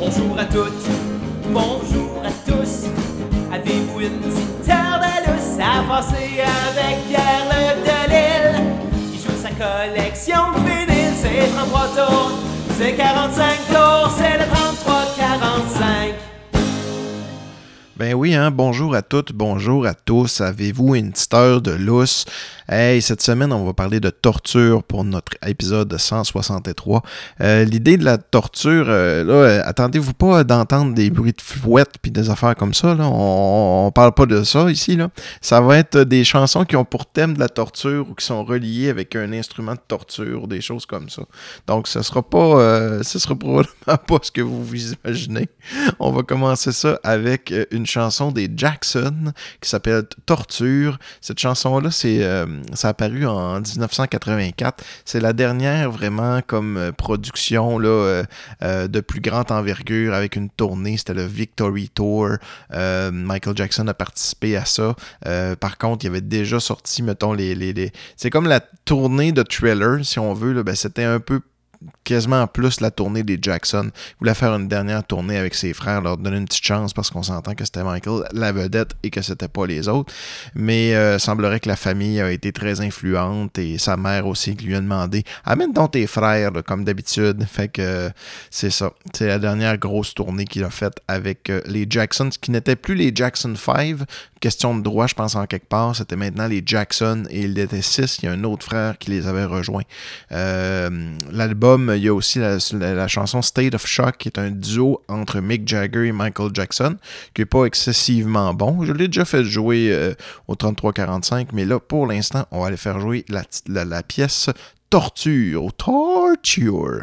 Bonjour à toutes, bonjour à tous. Avez-vous une petite heure de lousse à passer avec Pierre Le Delille? Il joue sa collection de vinyles, c'est 33 tours, c'est 45 tours, c'est le 33-45. Ben oui, hein, bonjour à toutes, bonjour à tous. Avez-vous une petite heure de lousse? Hey, cette semaine, on va parler de torture pour notre épisode 163. L'idée de la torture, attendez-vous pas d'entendre des bruits de fouette puis des affaires comme ça. Là. On parle pas de ça ici. Là. Ça va être des chansons qui ont pour thème de la torture ou qui sont reliées avec un instrument de torture, des choses comme ça. Donc, ce sera probablement pas ce que vous vous imaginez. On va commencer ça avec une chanson des Jackson qui s'appelle Torture. Cette chanson-là, ça a apparu en 1984. C'est la dernière vraiment comme production là, de plus grande envergure avec une tournée. C'était le Victory Tour. Michael Jackson a participé à ça. Par contre, il avait déjà sorti, mettons, c'est comme la tournée de Thriller, si on veut. Là, ben, c'était un peu quasiment plus la tournée des Jackson. Il voulait faire une dernière tournée avec ses frères, leur donner une petite chance parce qu'on s'entend que c'était Michael la vedette et que c'était pas les autres. Mais semblerait que la famille a été très influente et sa mère aussi qui lui a demandé « Amène donc tes frères, là, comme d'habitude. » Fait que c'est ça. C'est la dernière grosse tournée qu'il a faite avec les Jackson, ce qui n'était plus les Jackson 5. Question de droit, je pense, en quelque part. C'était maintenant les Jackson et il était 6. Il y a un autre frère qui les avait rejoints. L'album, il y a aussi la chanson State of Shock, qui est un duo entre Mick Jagger et Michael Jackson, qui n'est pas excessivement bon. Je l'ai déjà fait jouer au 33-45, mais là, pour l'instant, on va aller faire jouer la pièce Torture. Torture.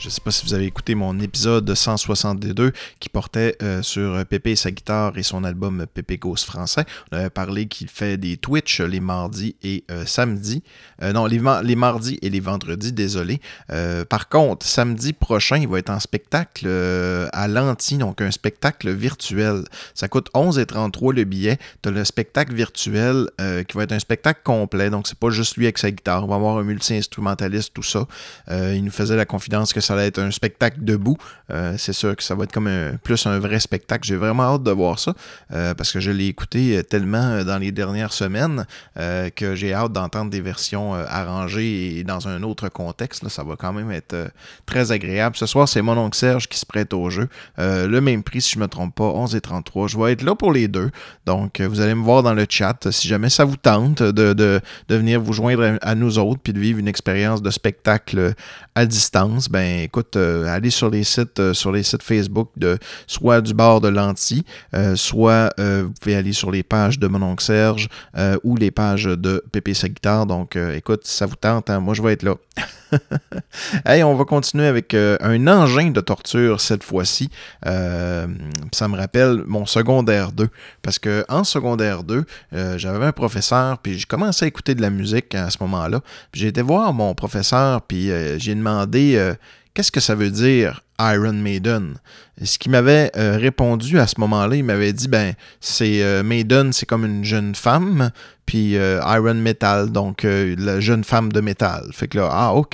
ne sais pas si vous avez écouté mon épisode 162 qui portait sur Pépé et sa guitare et son album Pépé Ghost français. On avait parlé qu'il fait des Twitch les mardis et samedis. Non, les mardis et les vendredis, désolé. Par contre, samedi prochain, il va être en spectacle à l'Anti, donc un spectacle virtuel. Ça coûte 11,33 le billet. Tu as le spectacle virtuel qui va être un spectacle complet, donc c'est pas juste lui avec sa guitare. On va avoir un multi-instrumentaliste, tout ça. Il nous faisait la confidence que ça allait être un spectacle debout. C'est sûr que ça va être comme plus un vrai spectacle. J'ai vraiment hâte de voir ça parce que je l'ai écouté tellement dans les dernières semaines que j'ai hâte d'entendre des versions arrangées et dans un autre contexte. Là, ça va quand même être très agréable. Ce soir, c'est mon oncle Serge qui se prête au jeu. Le même prix, si je ne me trompe pas, 11,33. Je vais être là pour les deux. Donc, vous allez me voir dans le chat si jamais ça vous tente de venir vous joindre à nous autres puis de vivre une expérience de spectacle à distance. Ben, écoute, allez sur les sites Facebook soit du bar de l'Anti, soit vous pouvez aller sur les pages de mon oncle Serge ou les pages de Pépé sa guitare. Donc, écoute, si ça vous tente, hein, moi je vais être là. Hey, on va continuer avec un engin de torture cette fois-ci. Ça me rappelle mon secondaire 2. Parce que en secondaire 2, j'avais un professeur, puis je commençais à écouter de la musique à ce moment-là. Puis j'ai été voir mon professeur, puis j'ai demandé qu'est-ce que ça veut dire Iron Maiden. Et ce qu'il m'avait répondu à ce moment-là, il m'avait dit, c'est Maiden, c'est comme une jeune femme, puis Iron Metal, donc la jeune femme de métal. Fait que là, ok,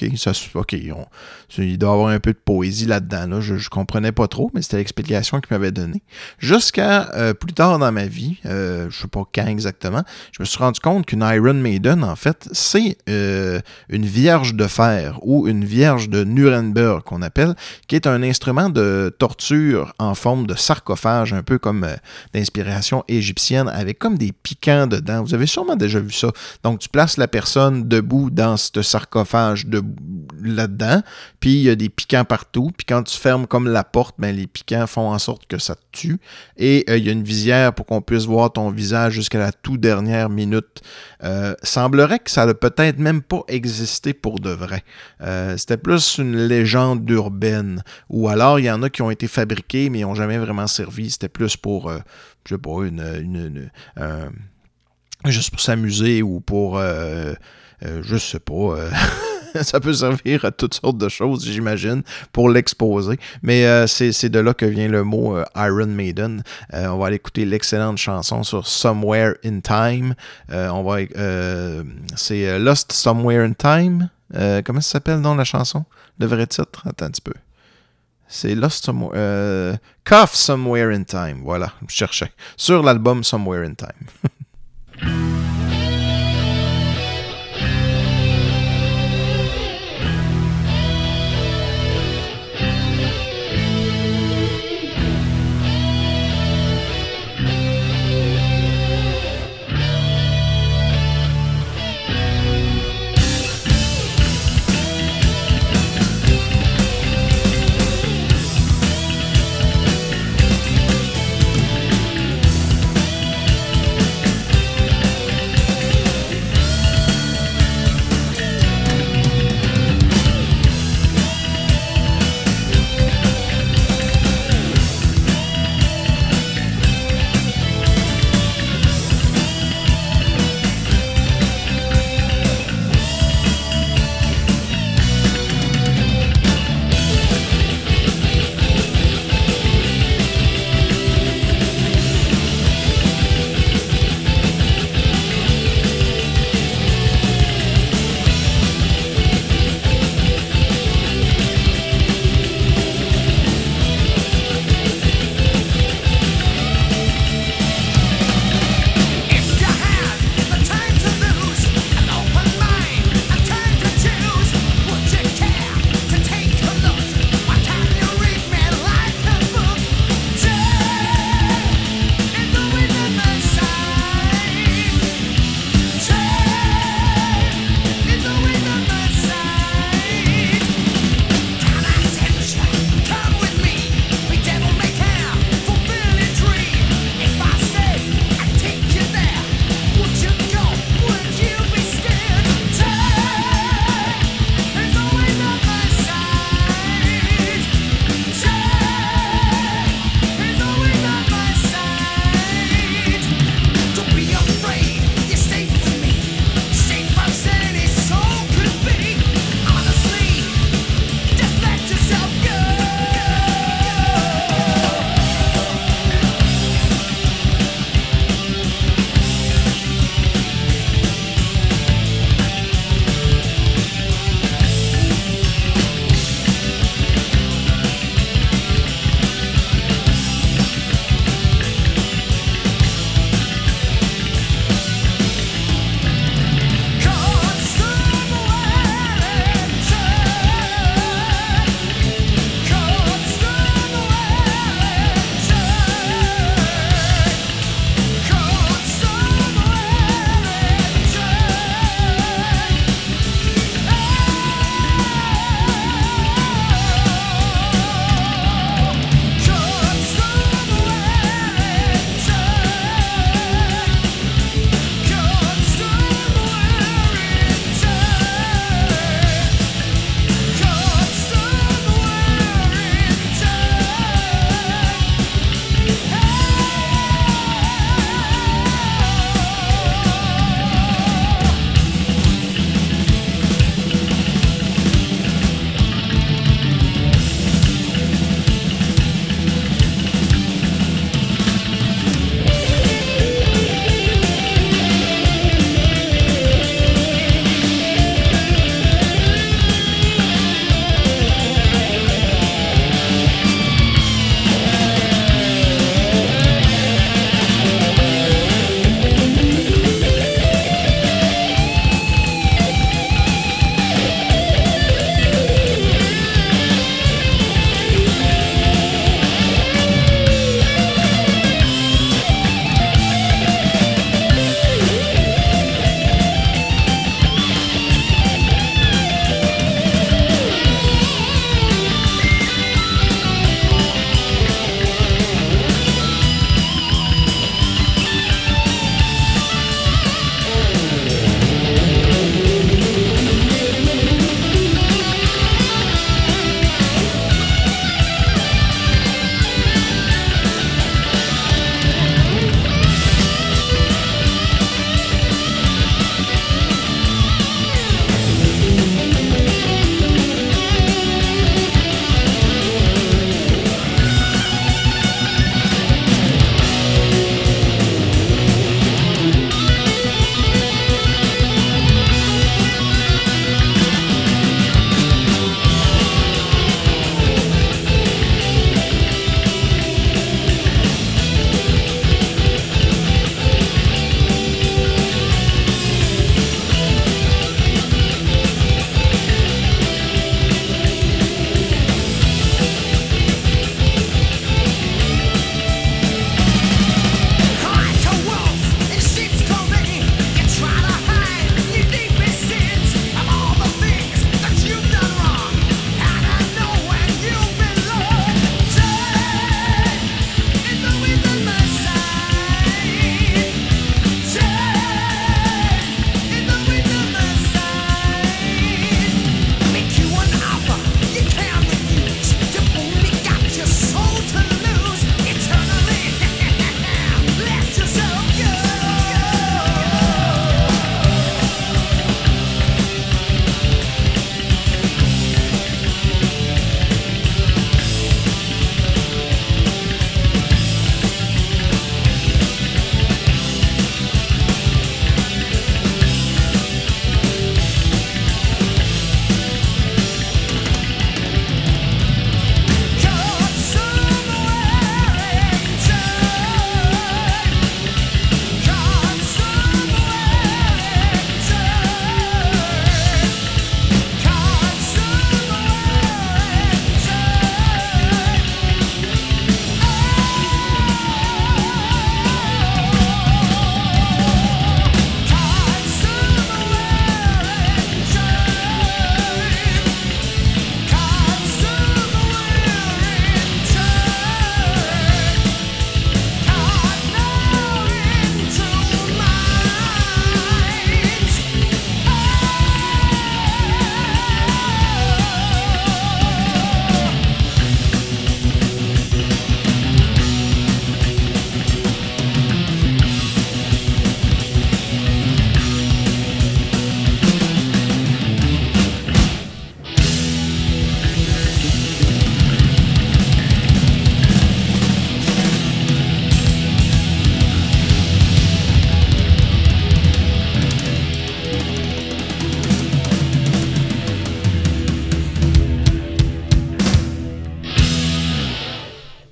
il doit y avoir un peu de poésie là-dedans. Là. Je comprenais pas trop, mais c'était l'explication qu'il m'avait donnée. Jusqu'à plus tard dans ma vie, je sais pas quand exactement, je me suis rendu compte qu'une Iron Maiden, en fait, c'est une vierge de fer ou une vierge de Nuremberg qu'on appelle, qui est un instrument de torture en forme de sarcophage, un peu comme d'inspiration égyptienne, avec comme des piquants dedans. Vous avez sûrement déjà vu ça. Donc, tu places la personne debout dans ce sarcophage là-dedans, puis il y a des piquants partout, puis quand tu fermes comme la porte, les piquants font en sorte que ça te tue, et il y a une visière pour qu'on puisse voir ton visage jusqu'à la toute dernière minute. Semblerait que ça n'a peut-être même pas existé pour de vrai. C'était plus une légende urbaine, ou alors il y en a qui ont été fabriqués, mais ils n'ont jamais vraiment servi. C'était plus pour, je sais pas, juste pour s'amuser ou pour, je sais pas, ça peut servir à toutes sortes de choses, j'imagine, pour l'exposer. Mais c'est de là que vient le mot Iron Maiden. On va aller écouter l'excellente chanson sur Somewhere in Time. C'est Lost Somewhere in Time. Comment ça s'appelle, non, la chanson? Le vrai titre? Attends un petit peu. C'est Lost Somewhere... Cough Somewhere in Time. Voilà, je cherchais. Sur l'album Somewhere in Time.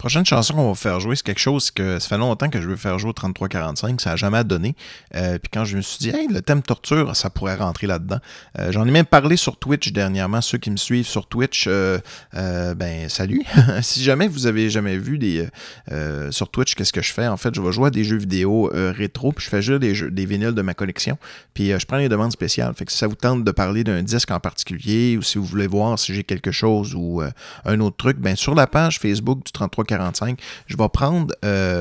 Prochaine chanson qu'on va faire jouer, c'est quelque chose que ça fait longtemps que je veux faire jouer au 3345, ça n'a jamais donné. Puis quand je me suis dit, hey, le thème torture, ça pourrait rentrer là-dedans. J'en ai même parlé sur Twitch dernièrement. Ceux qui me suivent sur Twitch, salut. Si jamais vous avez jamais vu sur Twitch, qu'est-ce que je fais? En fait, je vais jouer à des jeux vidéo rétro, puis je fais juste des vinyles de ma collection. Puis je prends les demandes spéciales. Fait que si ça vous tente de parler d'un disque en particulier, ou si vous voulez voir si j'ai quelque chose ou un autre truc, sur la page Facebook du 3345, je vais prendre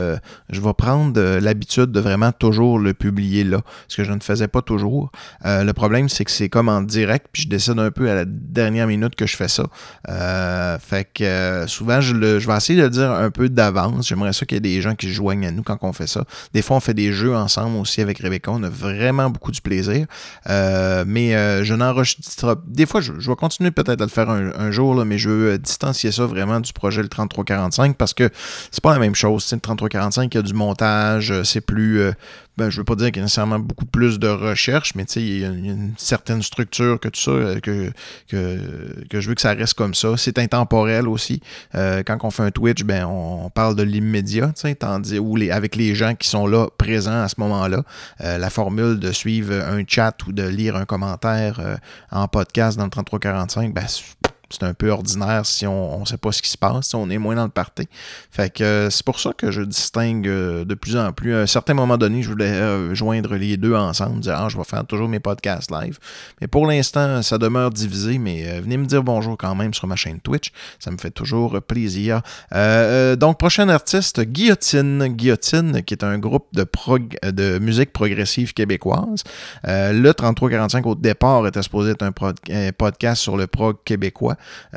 l'habitude de vraiment toujours le publier là, ce que je ne faisais pas toujours. Le problème, c'est que c'est comme en direct, puis je décide un peu à la dernière minute que je fais ça. Fait que souvent, je vais essayer de le dire un peu d'avance. J'aimerais ça qu'il y ait des gens qui se joignent à nous quand on fait ça. Des fois, on fait des jeux ensemble aussi avec Rebecca. On a vraiment beaucoup du plaisir. Mais je n'enregistre... Des fois, je vais continuer peut-être à le faire un jour, là, mais je veux distancier ça vraiment du projet le 3345 parce que c'est pas la même chose. Le 3345, il y a du montage, c'est plus... je veux pas dire qu'il y a nécessairement beaucoup plus de recherche, mais il y a une certaine structure que tout ça, que je veux que ça reste comme ça. C'est intemporel aussi. Quand on fait un Twitch, on parle de l'immédiat, tandis avec les gens qui sont là, présents à ce moment-là. La formule de suivre un chat ou de lire un commentaire en podcast dans le 3345, c'est un peu ordinaire si on ne sait pas ce qui se passe, si on est moins dans le party. Fait que c'est pour ça que je distingue de plus en plus. À un certain moment donné, je voulais joindre les deux ensemble, dire je vais faire toujours mes podcasts live. Mais pour l'instant, ça demeure divisé, mais venez me dire bonjour quand même sur ma chaîne Twitch. Ça me fait toujours plaisir. Donc, prochain artiste, Guillotine. Guillotine, qui est un groupe de musique progressive québécoise. Le 3345, au départ, était supposé être un podcast sur le prog québécois.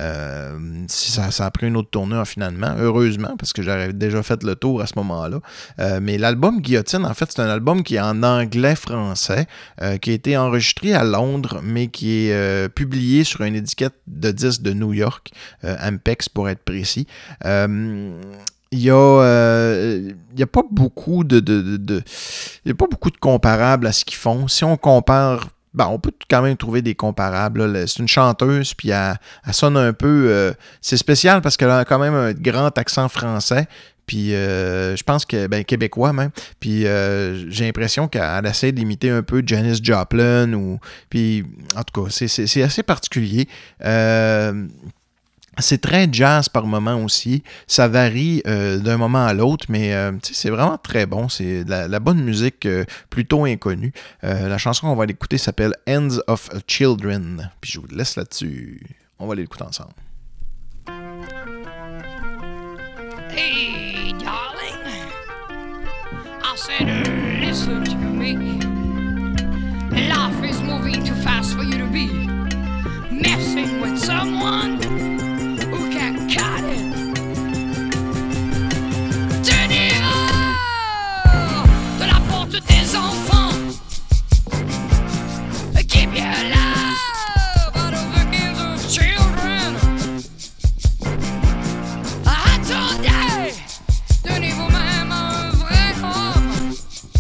Ça a pris une autre tournure finalement, heureusement, parce que j'avais déjà fait le tour à ce moment-là. Mais l'album Guillotine, en fait, c'est un album qui est en anglais-français, qui a été enregistré à Londres, mais qui est publié sur une étiquette de disques de New York, Ampex pour être précis. Il n'y a pas beaucoup de comparables à ce qu'ils font. Si on compare, on peut quand même trouver des comparables. Là. C'est une chanteuse, puis elle sonne un peu... c'est spécial parce qu'elle a quand même un grand accent français, puis je pense que... québécois même. Puis j'ai l'impression qu'elle essaie d'imiter un peu Janis Joplin. Puis en tout cas, c'est assez particulier. C'est très jazz par moment aussi. Ça varie d'un moment à l'autre, mais c'est vraiment très bon. C'est de la bonne musique plutôt inconnue. La chanson qu'on va aller écouter s'appelle Hands of Children. Puis je vous laisse là-dessus. On va aller l'écouter ensemble. Hey, darling. I said, listen to me. Life is moving too fast for you to be messing with someone who can cut it. Tenez-vous de la porte des enfants. Keep your love out of the hands of children. Attendez, donnez-vous même un vrai homme.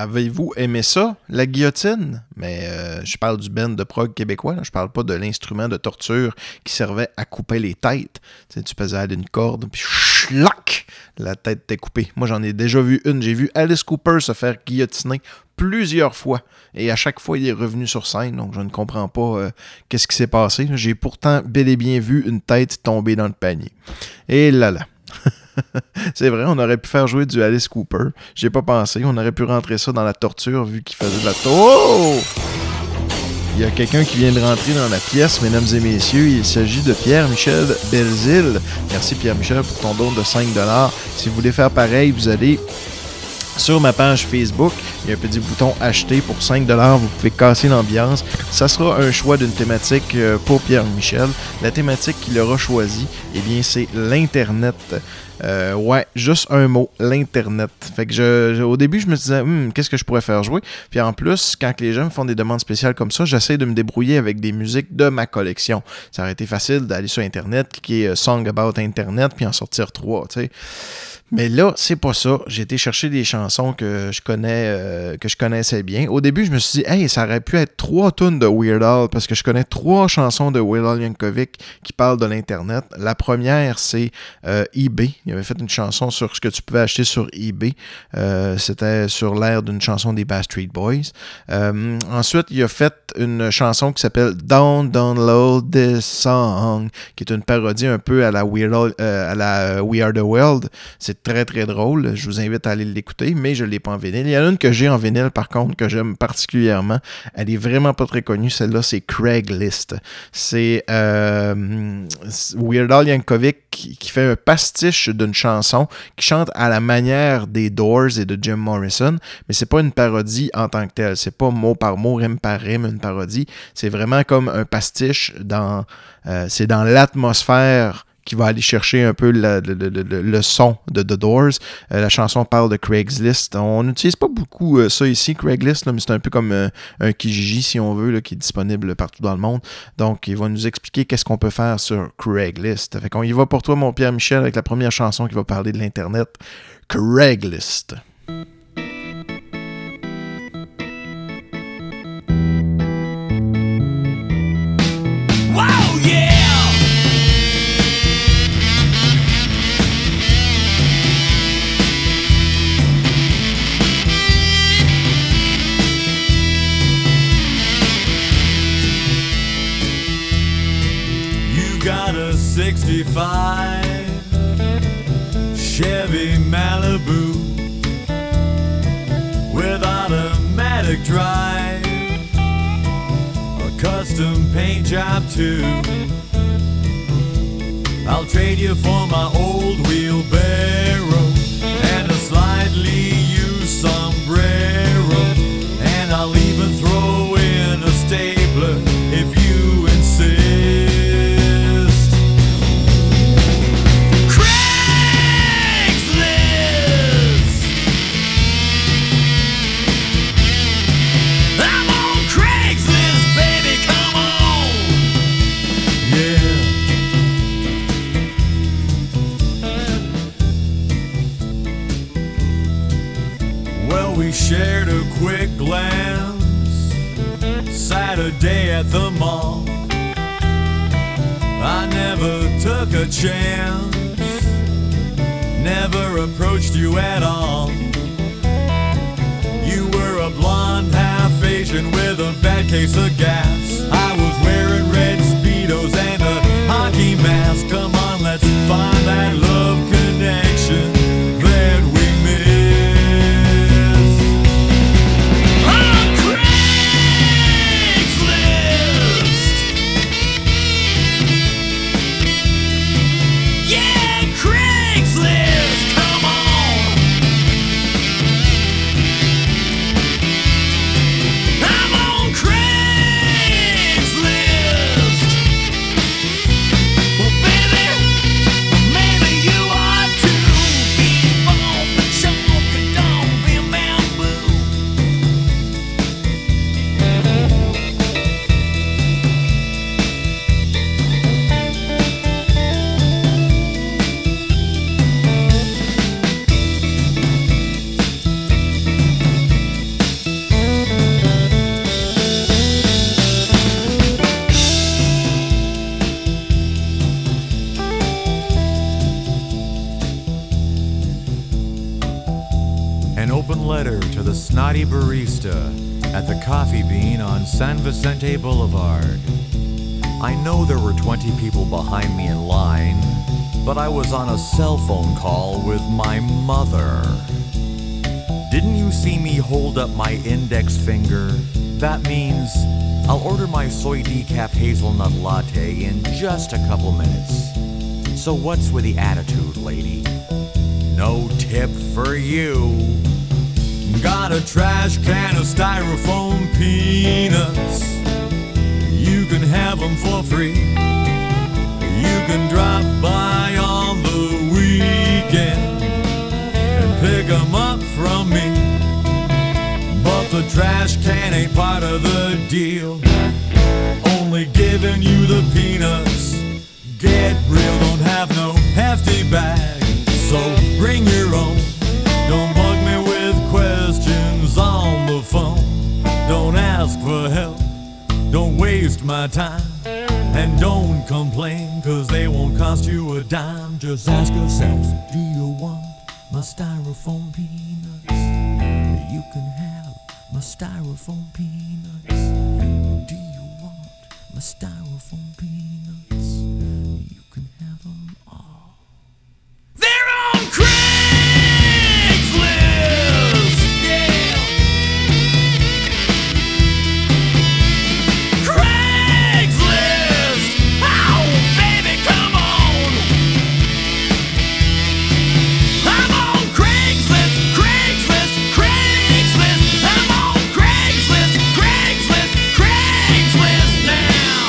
avez-vous aimé ça, la guillotine? Mais je parle du band de prog québécois, là. Je parle pas de l'instrument de torture qui servait à couper les têtes. Tu sais, tu pesais une corde, puis schlac, la tête t'est coupée. Moi, j'en ai déjà vu une. J'ai vu Alice Cooper se faire guillotiner plusieurs fois. Et à chaque fois, il est revenu sur scène. Donc, je ne comprends pas qu'est-ce qui s'est passé. J'ai pourtant bel et bien vu une tête tomber dans le panier. Et là. C'est vrai, on aurait pu faire jouer du Alice Cooper. J'ai pas pensé. On aurait pu rentrer ça dans la torture vu qu'il faisait de la Oh! Il y a quelqu'un qui vient de rentrer dans la pièce, mesdames et messieurs. Il s'agit de Pierre-Michel Belzile. Merci Pierre-Michel pour ton don de 5$. Si vous voulez faire pareil, vous allez sur ma page Facebook. Il y a un petit bouton acheter pour 5$. Vous pouvez casser l'ambiance. Ça sera un choix d'une thématique pour Pierre-Michel. La thématique qu'il aura choisie, eh bien, c'est l'Internet. Ouais, juste un mot, l'Internet. Fait que au début, je me disais, qu'est-ce que je pourrais faire jouer? Puis en plus, quand les gens me font des demandes spéciales comme ça, j'essaie de me débrouiller avec des musiques de ma collection. Ça aurait été facile d'aller sur Internet, cliquer Song About Internet, puis en sortir 3, tu sais. Mais là, c'est pas ça. J'ai été chercher des chansons que je connaissais bien. Au début, je me suis dit, hey, ça aurait pu être 3 tunes de Weird Al, parce que je connais 3 chansons de Weird Al Yankovic qui parlent de l'Internet. La première, c'est eBay. Il avait fait une chanson sur ce que tu pouvais acheter sur eBay. C'était sur l'air d'une chanson des Backstreet Boys. Ensuite, il a fait une chanson qui s'appelle Don't Download This Song, qui est une parodie un peu à la We Are the World. C'est très très drôle, je vous invite à aller l'écouter, mais je ne l'ai pas en vinyle. Il y en a une que j'ai en vinyle par contre, que j'aime particulièrement. Elle est vraiment pas très connue, celle-là c'est Craigslist. C'est Weird Al Yankovic qui fait un pastiche d'une chanson, qui chante à la manière des Doors et de Jim Morrison, mais c'est pas une parodie en tant que telle, c'est pas mot par mot, rime par rime, une parodie, c'est vraiment comme un pastiche c'est dans l'atmosphère qui va aller chercher un peu le son de The Doors. La chanson parle de Craigslist. On n'utilise pas beaucoup ça ici, Craigslist, là, mais c'est un peu comme un Kijiji, si on veut, là, qui est disponible partout dans le monde. Donc, il va nous expliquer qu'est-ce qu'on peut faire sur Craigslist. Fait qu'on y va pour toi, mon Pierre-Michel, avec la première chanson qui va parler de l'Internet, Craigslist. Wow, yeah! Got a 65 Chevy Malibu with automatic drive, a custom paint job too. I'll trade you for my old wheelbarrow and a slightly used sombrero, and I'll even throw in a stapler if you insist. Shared a quick glance Saturday at the mall. I never took a chance, never approached you at all. You were a blonde half Asian with a bad case of gas. I was wearing red Speedos and a hockey mask. Come on, let's find that love connection that we missed. Craigslist. open letter to the snotty barista at the Coffee Bean on San Vicente Boulevard. I know there were 20 people behind me in line, but I was on a cell phone call with my mother. Didn't you see me hold up my index finger? That means I'll order my soy decaf hazelnut latte in just a couple minutes. So what's with the attitude, lady? No tip for you. Got a trash can of styrofoam peanuts. You can have them for free. You can drop by on the weekend and pick them up from me. But the trash can ain't part of the deal. Only giving you the peanuts. Get real, don't have no hefty bag. So bring your own. Don't bug me with questions on the phone. Don't ask for help. Don't waste my time. And don't complain, cause they won't cost you a dime. Just ask yourself, do you want my styrofoam peanuts? You can have my styrofoam peanuts. Do you want my styrofoam peanuts? You can have them all. They're on Craigslist! Yeah! Craigslist! Oh, baby, come on! I'm on Craigslist, Craigslist, Craigslist! I'm on Craigslist, Craigslist, Craigslist now!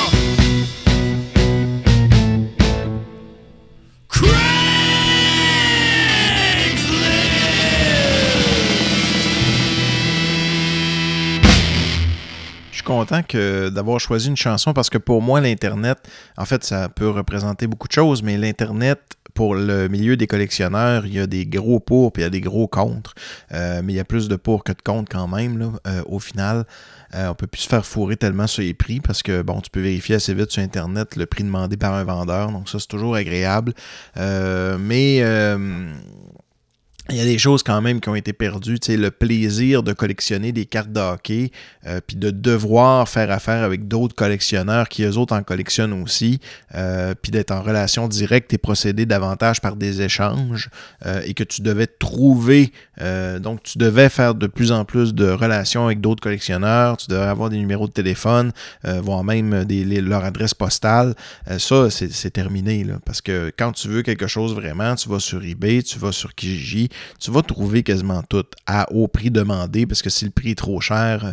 Je suis content d'avoir choisi une chanson parce que pour moi, l'Internet, en fait, ça peut représenter beaucoup de choses, mais l'Internet, pour le milieu des collectionneurs, il y a des gros pour puis il y a des gros contre. Mais il y a plus de pour que de contre quand même, là, au final. On peut plus se faire fourrer tellement sur les prix parce que, bon, tu peux vérifier assez vite sur Internet le prix demandé par un vendeur. Donc ça, c'est toujours agréable. Mais il y a des choses quand même qui ont été perdues. Tu sais, le plaisir de collectionner des cartes de hockey, puis de devoir faire affaire avec d'autres collectionneurs qui, eux autres, en collectionnent aussi, puis d'être en relation directe et procéder davantage par des échanges, et que tu devais trouver, donc tu devais faire de plus en plus de relations avec d'autres collectionneurs, tu devais avoir des numéros de téléphone, voire même leur adresse postale. Ça, c'est terminé, là, parce que quand tu veux quelque chose vraiment, tu vas sur eBay, tu vas sur Kijiji, tu vas trouver quasiment tout au prix demandé, parce que si le prix est trop cher,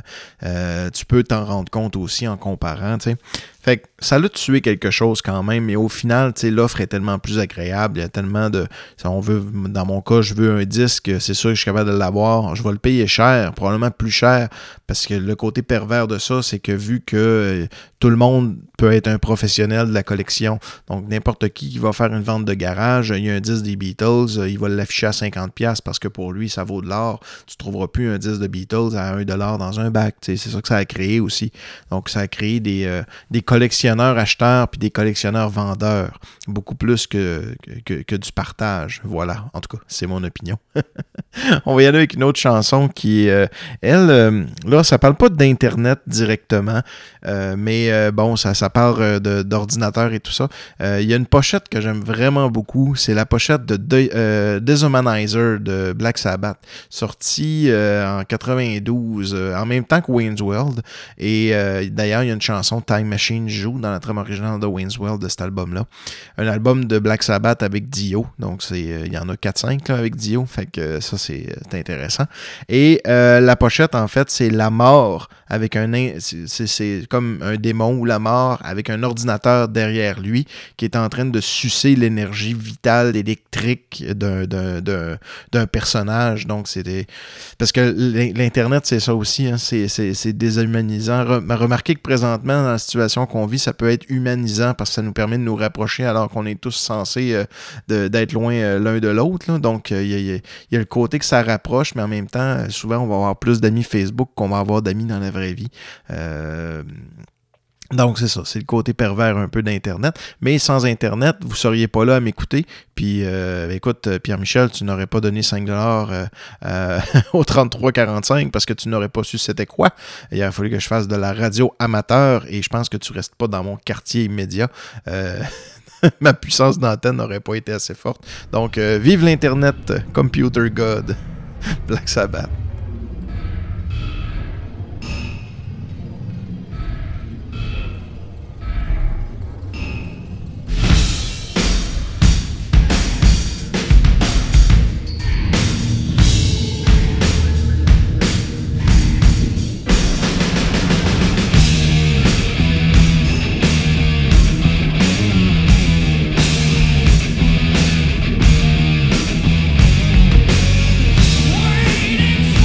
tu peux t'en rendre compte aussi en comparant, tu sais. Fait que ça l'a tué quelque chose quand même, mais au final, tu sais, l'offre est tellement plus agréable, il y a tellement de... Si on veut, dans mon cas, je veux un disque, c'est sûr que je suis capable de l'avoir, je vais le payer cher, probablement plus cher, parce que le côté pervers de ça, c'est que vu que tout le monde peut être un professionnel de la collection, donc n'importe qui va faire une vente de garage, il y a un disque des Beatles, il va l'afficher à 50$ parce que pour lui, ça vaut de l'or. Tu ne trouveras plus un disque de Beatles à 1$ dans un bac, tu sais, c'est ça que ça a créé aussi. Donc ça a créé des collectionneurs acheteurs puis des collectionneurs vendeurs, beaucoup plus que du partage. Voilà, en tout cas, c'est mon opinion. On va y aller avec une autre chanson qui, elle, là, ça parle pas d'Internet directement, mais bon, ça parle d'ordinateur et tout ça. Il y a une pochette que j'aime vraiment beaucoup, c'est la pochette de Deshumanizer de Black Sabbath, sortie en 92, en même temps que Wayne's World, et d'ailleurs, il y a une chanson Time Machine joue dans la trame originale de Wayne's World de cet album-là. Un album de Black Sabbath avec Dio, donc il y en a 4-5 là, avec Dio, fait que ça c'est intéressant. Et la pochette, en fait, c'est la mort avec c'est comme un démon ou la mort avec un ordinateur derrière lui qui est en train de sucer l'énergie vitale électrique d'un personnage. Donc c'était... Parce que l'Internet, c'est ça aussi, hein, c'est déshumanisant. Remarquez que présentement, dans la situation qu'on vit, ça peut être humanisant parce que ça nous permet de nous rapprocher alors qu'on est tous censés d'être loin l'un de l'autre, là. Donc, il y a le côté que ça rapproche, mais en même temps, souvent, on va avoir plus d'amis Facebook qu'on va avoir d'amis dans la vraie vie. Donc, c'est ça, c'est le côté pervers un peu d'Internet. Mais sans Internet, vous ne seriez pas là à m'écouter. Puis, écoute, Pierre-Michel, tu n'aurais pas donné 5$ au 3345 parce que tu n'aurais pas su c'était quoi. Il aurait fallu que je fasse de la radio amateur et je pense que tu ne restes pas dans mon quartier immédiat. Ma puissance d'antenne n'aurait pas été assez forte. Donc, vive l'Internet, Computer God, Black Sabbath. Waiting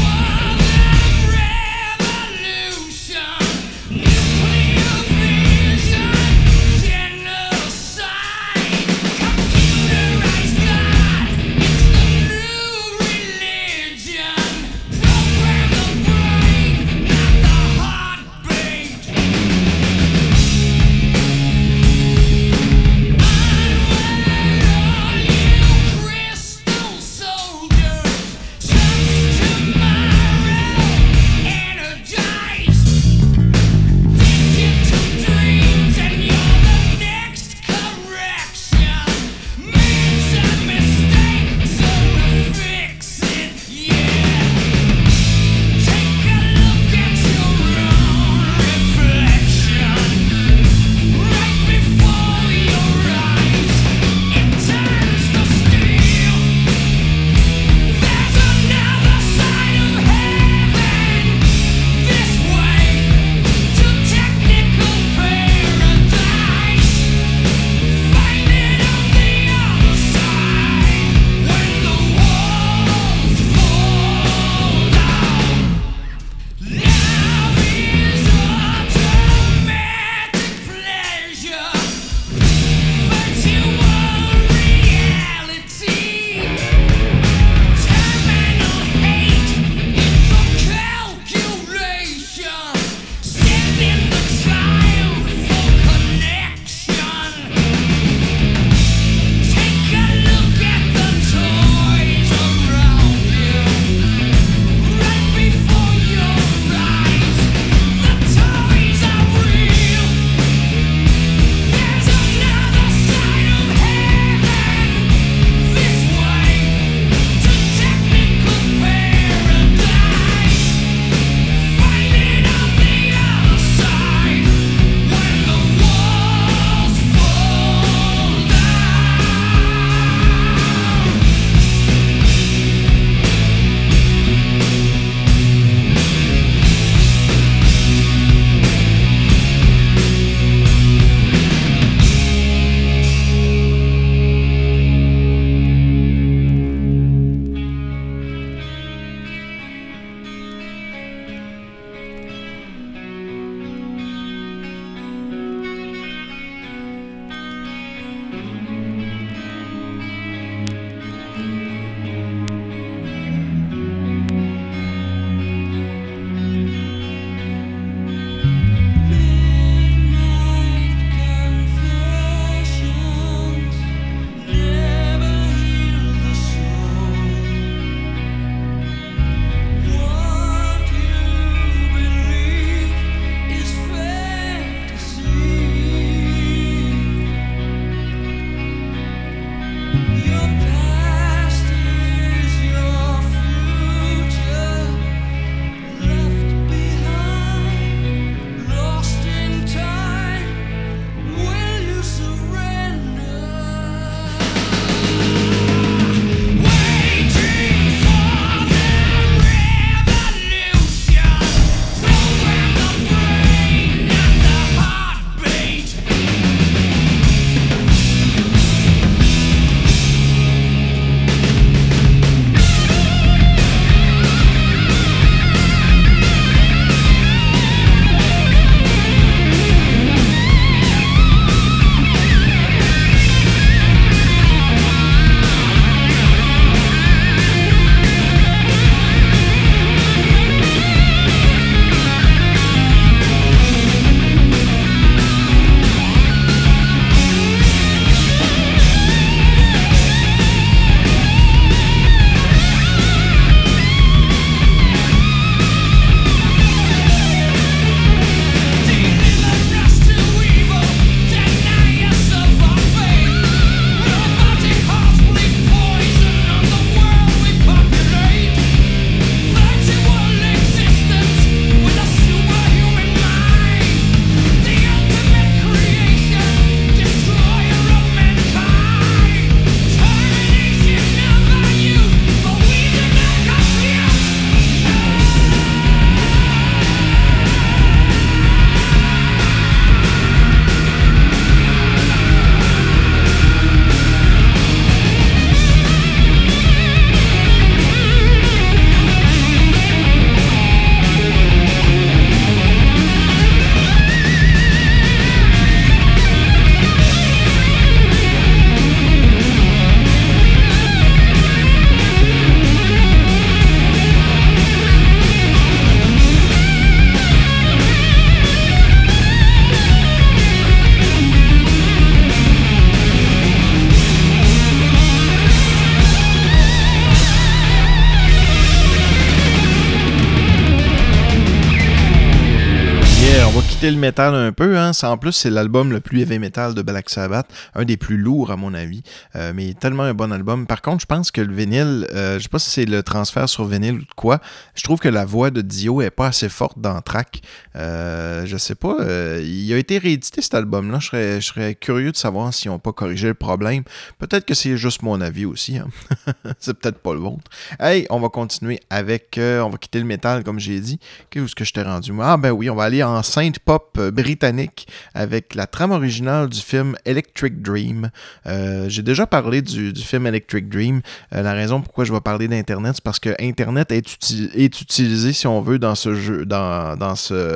quitter le métal un peu. Hein. En plus, c'est l'album le plus heavy metal de Black Sabbath. Un des plus lourds, à mon avis. Mais tellement un bon album. Par contre, je pense que le vinyle, je sais pas si c'est le transfert sur vinyle ou de quoi, je trouve que la voix de Dio est pas assez forte dans Track. Je sais pas. Il a été réédité, cet album-là. Je serais curieux de savoir s'ils n'ont pas corrigé le problème. Peut-être que c'est juste mon avis aussi. Hein. C'est peut-être pas le vôtre. Hey, on va continuer avec... on va quitter le métal, comme j'ai dit. Où est-ce que je t'ai rendu? Ah ben oui, on va aller en synth pop britannique avec la trame originale du film Electric Dream. J'ai déjà parlé du film Electric Dream. La raison pourquoi je vais parler d'Internet, c'est parce que Internet est utilisé, si on veut, dans ce jeu, dans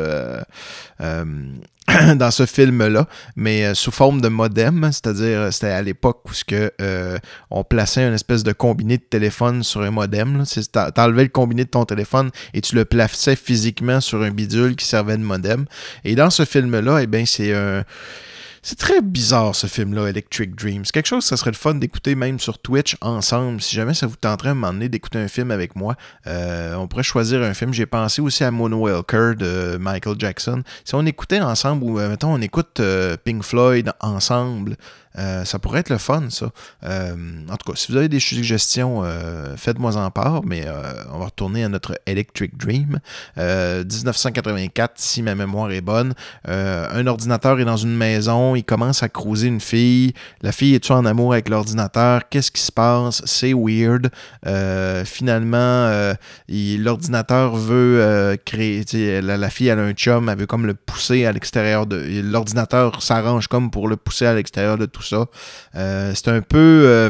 ce film-là, mais sous forme de modem, c'est-à-dire c'était à l'époque où on plaçait une espèce de combiné de téléphone sur un modem. T'enlevais le combiné de ton téléphone et tu le plaçais physiquement sur un bidule qui servait de modem. Et dans ce film-là, eh bien, c'est très bizarre, ce film-là, Electric Dream. C'est quelque chose que ça serait le fun d'écouter même sur Twitch ensemble. Si jamais ça vous tenterait à un moment donné d'écouter un film avec moi, on pourrait choisir un film. J'ai pensé aussi à Moonwalker de Michael Jackson. Si on écoutait ensemble, ou mettons, on écoute Pink Floyd ensemble, ça pourrait être le fun, ça. En tout cas, si vous avez des suggestions, faites-moi en part, mais on va retourner à notre Electric Dream. 1984, si ma mémoire est bonne. Un ordinateur est dans une maison, il commence à cruiser une fille. La fille est-tu en amour avec l'ordinateur? Qu'est-ce qui se passe? C'est weird. Finalement, l'ordinateur veut créer... La fille, elle a un chum, elle veut comme le pousser à l'extérieur de... L'ordinateur s'arrange comme pour le pousser à l'extérieur de tout ça. C'est un peu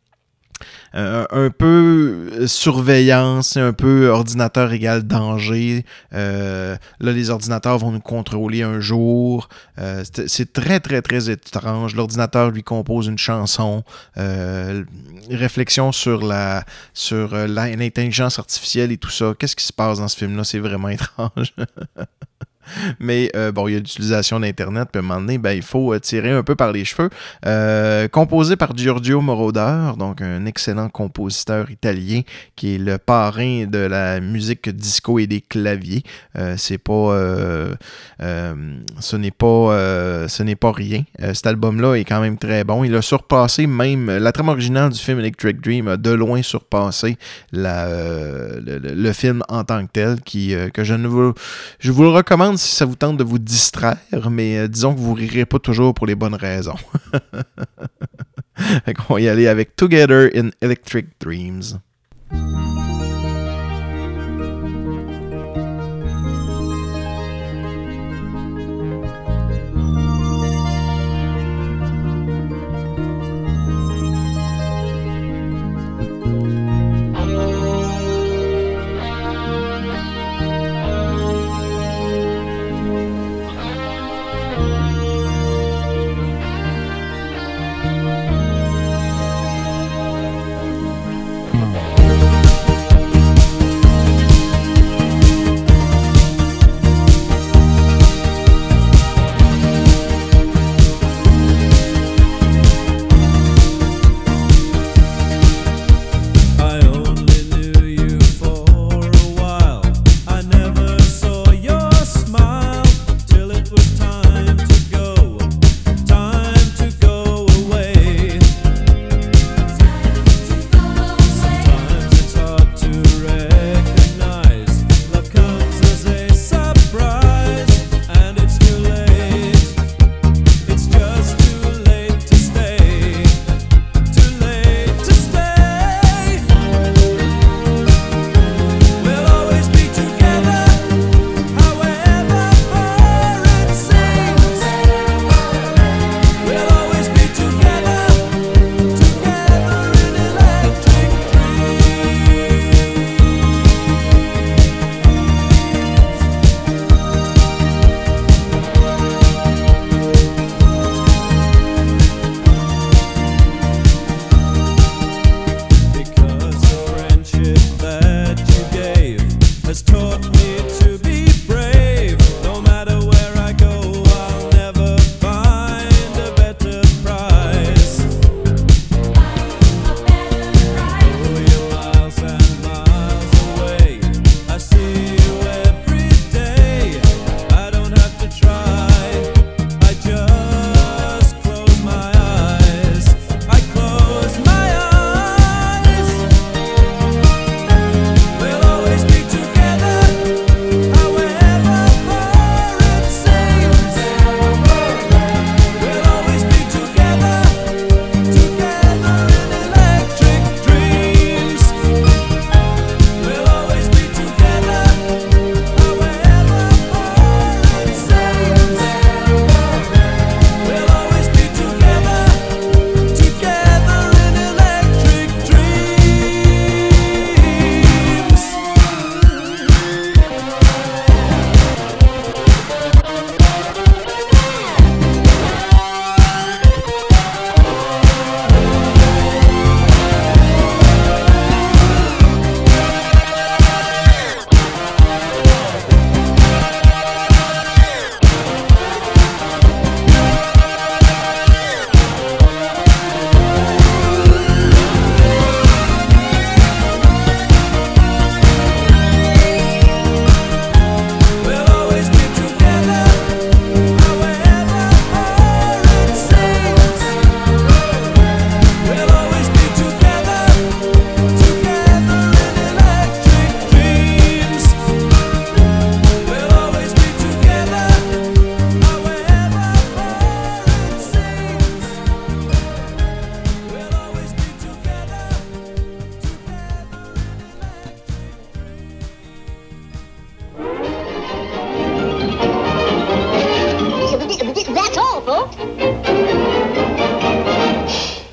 surveillance, un peu ordinateur égale danger. Là, les ordinateurs vont nous contrôler un jour. C'est très, très, très étrange. L'ordinateur lui compose une chanson. Réflexion sur l'intelligence artificielle et tout ça. Qu'est-ce qui se passe dans ce film-là? C'est vraiment étrange. Mais bon, il y a l'utilisation d'Internet, puis à un moment donné, il faut tirer un peu par les cheveux. Composé par Giorgio Moroder, donc un excellent compositeur italien qui est le parrain de la musique disco et des claviers. Ce n'est pas rien. Cet album-là est quand même très bon. Il a surpassé même la trame originale du film Electric Dream a de loin surpassé le film en tant que tel, que je vous le recommande si ça vous tente de vous distraire, mais disons que vous ne rirez pas toujours pour les bonnes raisons. On va y aller avec Together in Electric Dreams.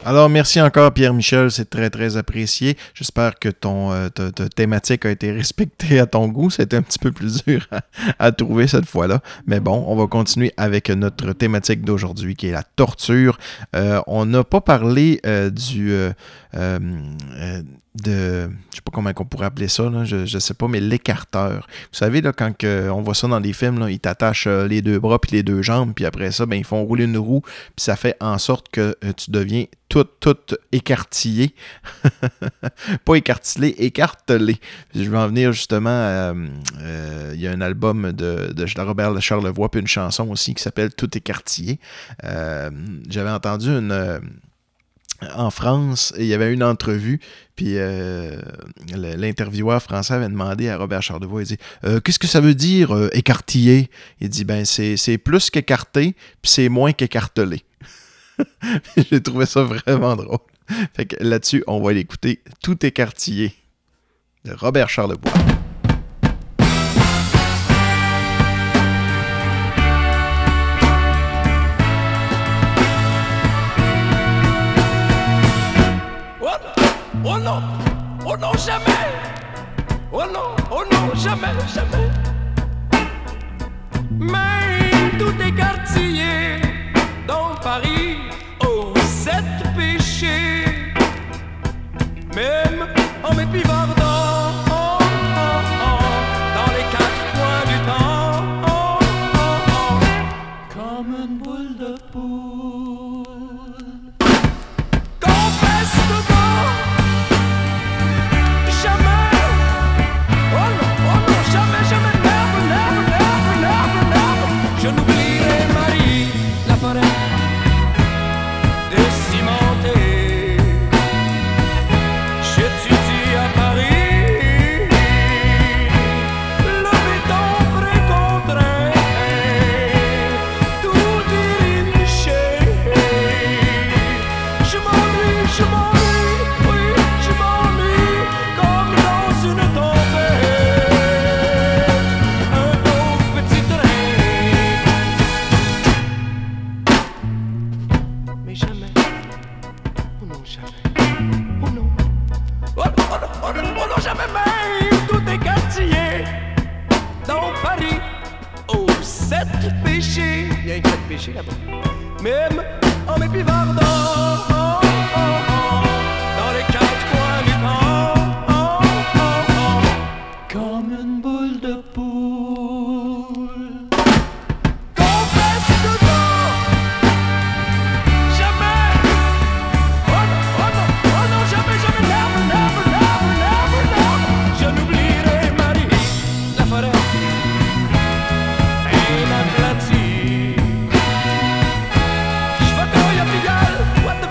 Alors, merci encore, Pierre-Michel. C'est très, très apprécié. J'espère que ta thématique a été respectée à ton goût. C'était un petit peu plus dur à trouver cette fois-là. Mais bon, on va continuer avec notre thématique d'aujourd'hui, qui est la torture. On n'a pas parlé je sais pas comment on pourrait appeler ça, là, je sais pas, mais l'écarteur. Vous savez, là, quand on voit ça dans les films, là, ils t'attachent les deux bras puis les deux jambes, puis après ça, ben, ils font rouler une roue, puis ça fait en sorte que tu deviens tout écartillé. Pas écartilé, écartelé. Je vais en venir justement, il y a un album de Robert Charlevoix, puis une chanson aussi qui s'appelle Tout écartillé. J'avais entendu en France, il y avait une entrevue, puis l'intervieweur français avait demandé à Robert Charlevoix, il dit « Qu'est-ce que ça veut dire, écartillé? » Il dit « Ben, c'est plus qu'écarté, puis c'est moins qu'écartelé. » J'ai trouvé ça vraiment drôle. Fait que là-dessus, on va l'écouter « Tout écartillé » de Robert Charlevoix. Oh non, jamais! Oh non, jamais! Mais tout écartillé dans Paris aux 7 péchés, même en m'épivardant dans les 4 coins du temps, comme une boule de poule. Confesse dedans! Je n'oublierai Marie, la forêt décimentée. J'étudie à Paris le béton précontraint, tout déniché. Je m'ennuie, oui, je m'ennuie comme dans une tempête. Un pauvre petit train. Mais jamais, oh non, jamais, oh non, oh non, jamais même, tout écartillé dans Paris aux 7 péchés. Il y a 4 péchés là-bas. Même en m'épivardant dans les 4 coins du temps, comme une boule de poule. Confesse dedans! Jamais! Oh non, jamais, never! Je n'oublierai Marie, la forêt et la platine. Je vais à Pigalle,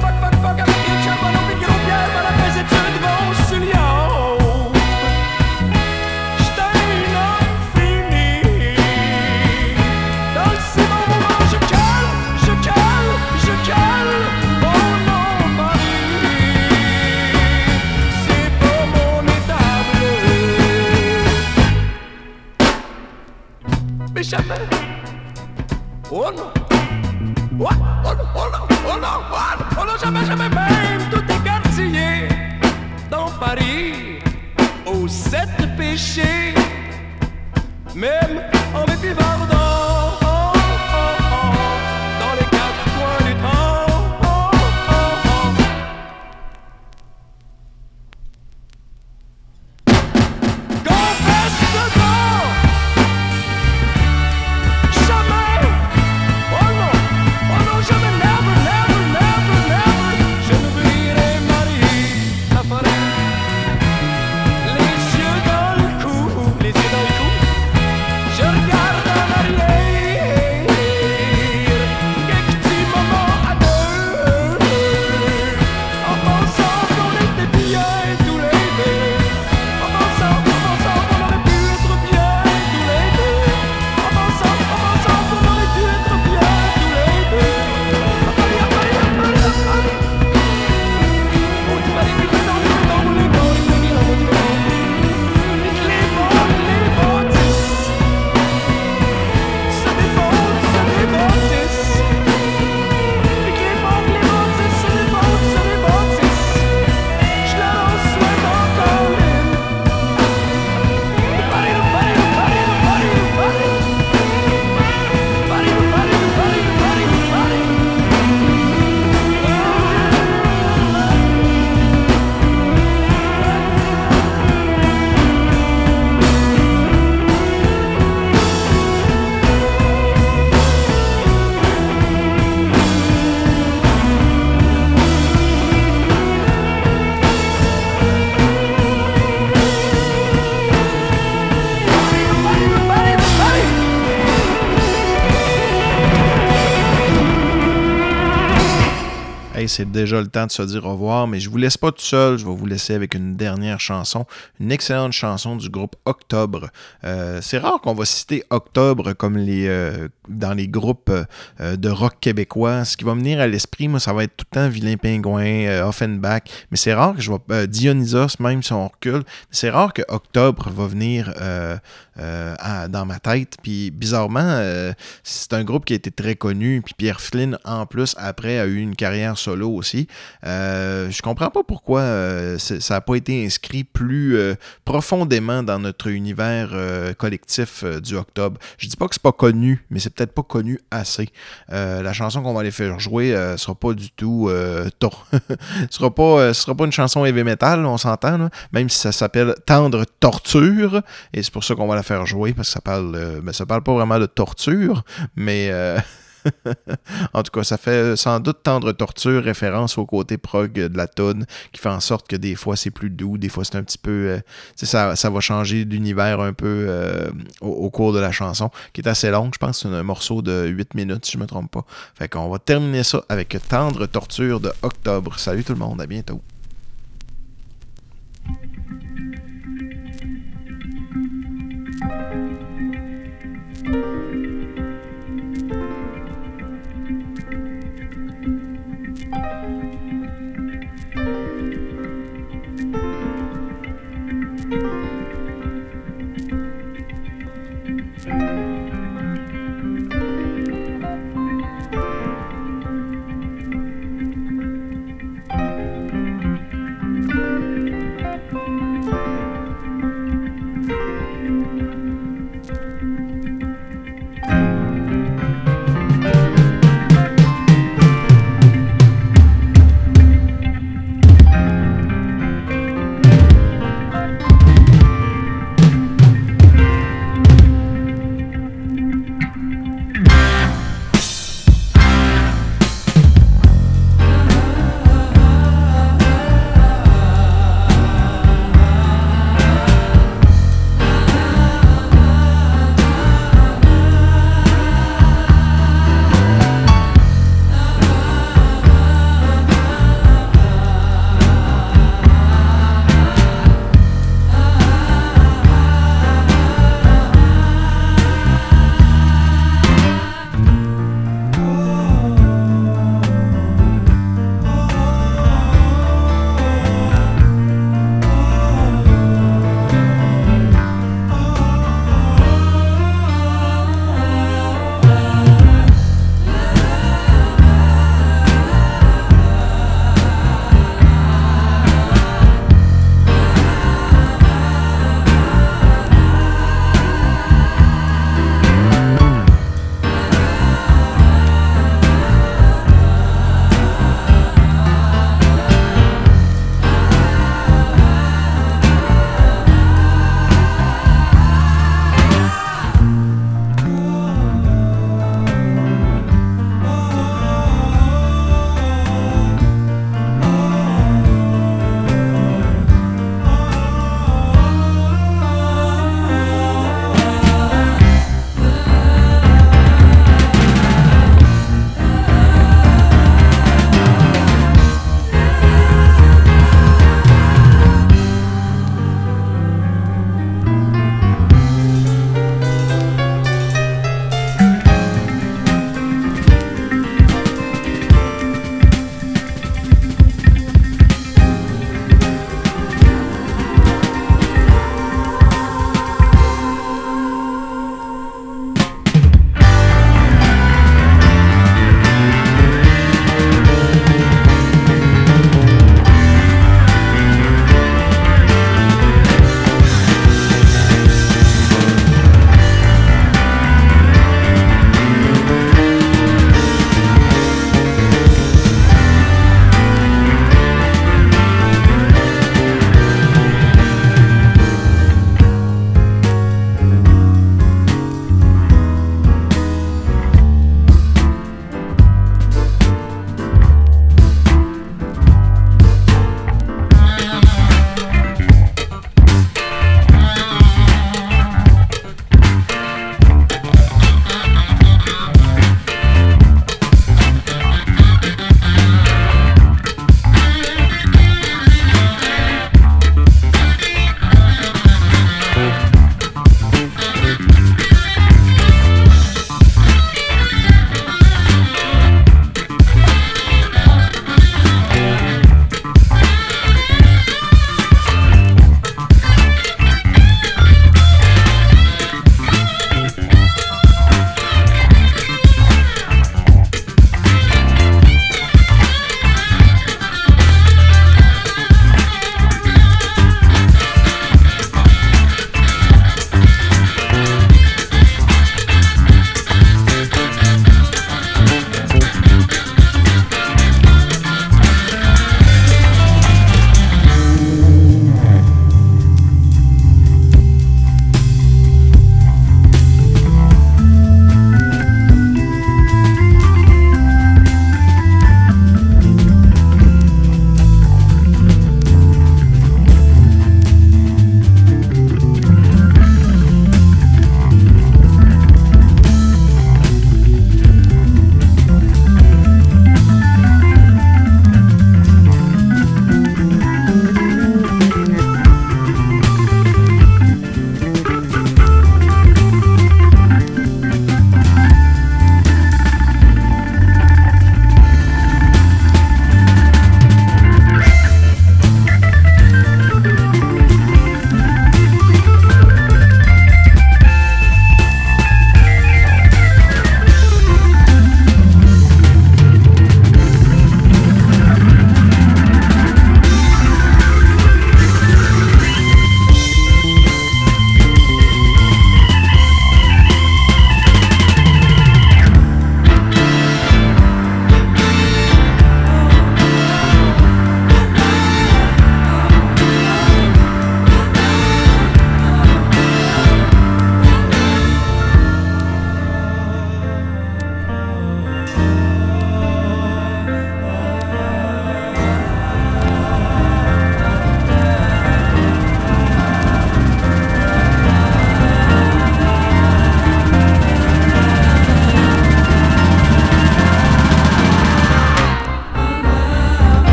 Hey, c'est déjà le temps de se dire au revoir, mais je vous laisse pas tout seul. Je vais vous laisser avec une dernière chanson, une excellente chanson du groupe Octobre. C'est rare qu'on va citer Octobre comme dans les groupes de rock québécois. Ce qui va me venir à l'esprit, moi, ça va être tout le temps Vilain Pingouin, Offenbach, mais c'est rare que je vois Dionysos, même si on recule, c'est rare que Octobre va venir dans ma tête. Puis bizarrement, c'est un groupe qui a été très connu, puis Pierre Flynn, en plus, après, a eu une carrière solo aussi. Je comprends pas pourquoi ça n'a pas été inscrit plus profondément dans notre univers collectif du Octobre. Je dis pas que c'est pas connu, mais c'est peut-être pas connu assez. La chanson qu'on va aller faire jouer sera pas du tout sera pas une chanson heavy metal, on s'entend, là, même si ça s'appelle Tendre Torture, et c'est pour ça qu'on va la faire jouer, parce que ça parle pas vraiment de torture, mais en tout cas, ça fait sans doute Tendre Torture référence au côté prog de la toune, qui fait en sorte que des fois c'est plus doux, des fois c'est un petit peu ça va changer d'univers un peu au cours de la chanson, qui est assez longue. Je pense que c'est un morceau de 8 minutes, si je me trompe pas. Fait qu'on va terminer ça avec Tendre Torture de Octobre. Salut tout le monde, à bientôt.